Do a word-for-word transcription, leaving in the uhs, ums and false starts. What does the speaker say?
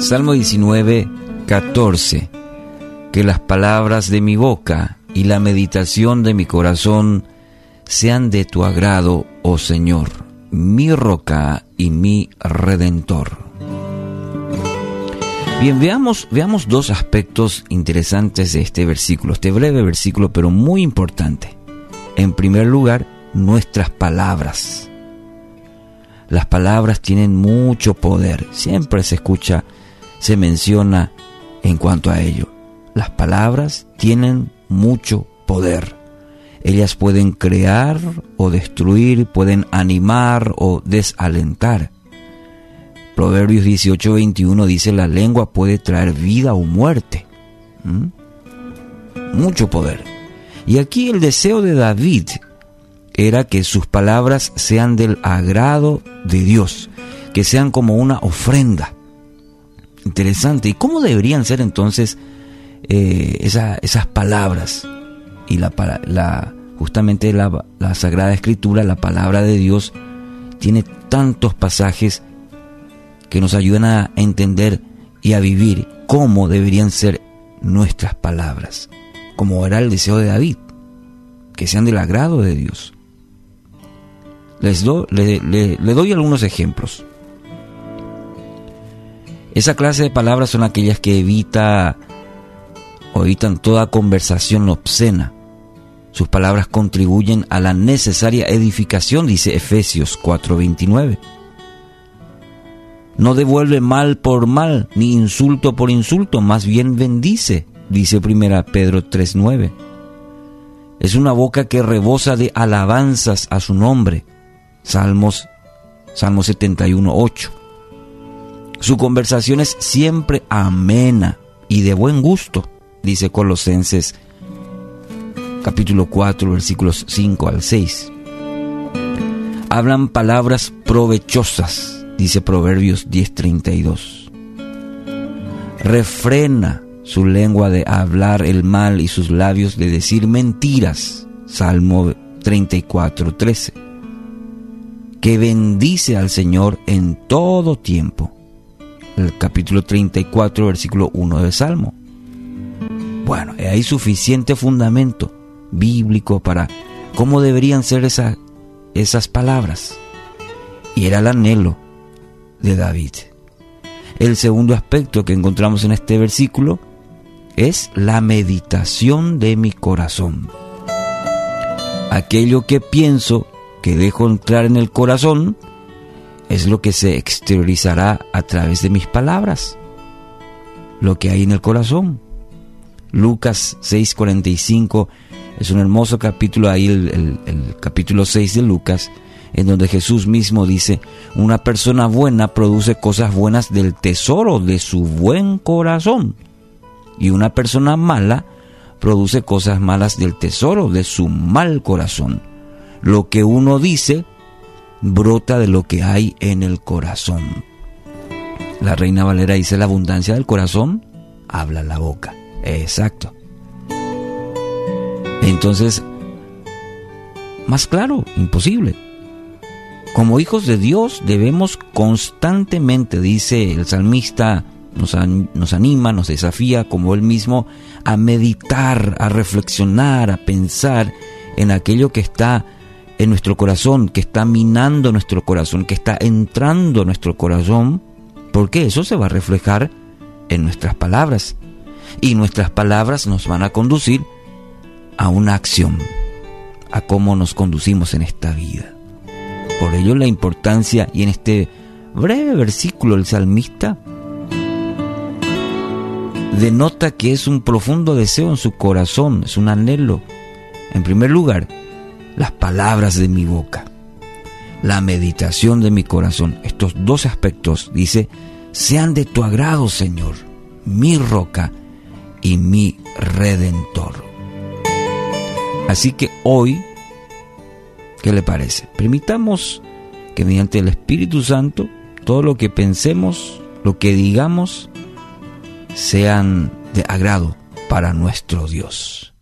Salmo diecinueve, catorce. Que las palabras de mi boca y la meditación de mi corazón sean de tu agrado, oh Señor, mi roca y mi redentor. Bien, veamos, veamos dos aspectos interesantes de este versículo, este breve versículo, pero muy importante. En primer lugar, nuestras palabras. Las palabras tienen mucho poder. Siempre se escucha, se menciona en cuanto a ello. Las palabras tienen mucho poder. Ellas pueden crear o destruir, pueden animar o desalentar. Proverbios dieciocho veintiuno dice: la lengua puede traer vida o muerte. ¿Mm? Mucho poder. Y aquí el deseo de David era que sus palabras sean del agrado de Dios, que sean como una ofrenda. Interesante. ¿Y cómo deberían ser entonces eh, esa, esas palabras? Y la, la, justamente la, la Sagrada Escritura, la palabra de Dios, tiene tantos pasajes que nos ayudan a entender y a vivir cómo deberían ser nuestras palabras, como era el deseo de David, que sean del agrado de Dios. Les, do, le, le, le doy algunos ejemplos. Esa clase de palabras son aquellas que evita o evitan toda conversación obscena. Sus palabras contribuyen a la necesaria edificación, dice Efesios cuatro veintinueve. No devuelve mal por mal, ni insulto por insulto, más bien bendice, dice primera Pedro tres nueve. Es una boca que rebosa de alabanzas a su nombre, Salmos, Salmo setenta y uno ocho. Su conversación es siempre amena y de buen gusto, dice Colosenses capítulo cuatro, versículos cinco al seis. Hablan palabras provechosas, dice Proverbios diez treinta y dos. Refrena su lengua de hablar el mal y sus labios de decir mentiras, Salmo treinta y cuatro trece. Que bendice al Señor en todo tiempo, el capítulo treinta y cuatro, versículo uno del Salmo. Bueno, hay suficiente fundamento bíblico para cómo deberían ser esa, esas palabras. Y era el anhelo de David. El segundo aspecto que encontramos en este versículo es la meditación de mi corazón. Aquello que pienso, que dejo entrar en el corazón, es lo que se exteriorizará a través de mis palabras. Lo que hay en el corazón. Lucas seis cuarenta y cinco es un hermoso capítulo, ahí el, el, el capítulo seis de Lucas, en donde Jesús mismo dice: una persona buena produce cosas buenas del tesoro de su buen corazón, y una persona mala produce cosas malas del tesoro de su mal corazón. Lo que uno dice brota de lo que hay en el corazón. La Reina Valera dice: la abundancia del corazón habla la boca. Exacto. Entonces, más claro, imposible. Como hijos de Dios debemos constantemente, dice el salmista, nos, an, nos anima, nos desafía, como él mismo, a meditar, a reflexionar, a pensar en aquello que está en nuestro corazón, que está minando nuestro corazón, que está entrando en nuestro corazón, porque eso se va a reflejar en nuestras palabras. Y nuestras palabras nos van a conducir a una acción, a cómo nos conducimos en esta vida. Por ello la importancia, y en este breve versículo el salmista denota que es un profundo deseo en su corazón, es un anhelo. En primer lugar, las palabras de mi boca, la meditación de mi corazón. Estos dos aspectos, dice, sean de tu agrado, Señor, mi roca y mi redentor. Así que hoy, ¿qué le parece? Permitamos que mediante el Espíritu Santo todo lo que pensemos, lo que digamos, sean de agrado para nuestro Dios.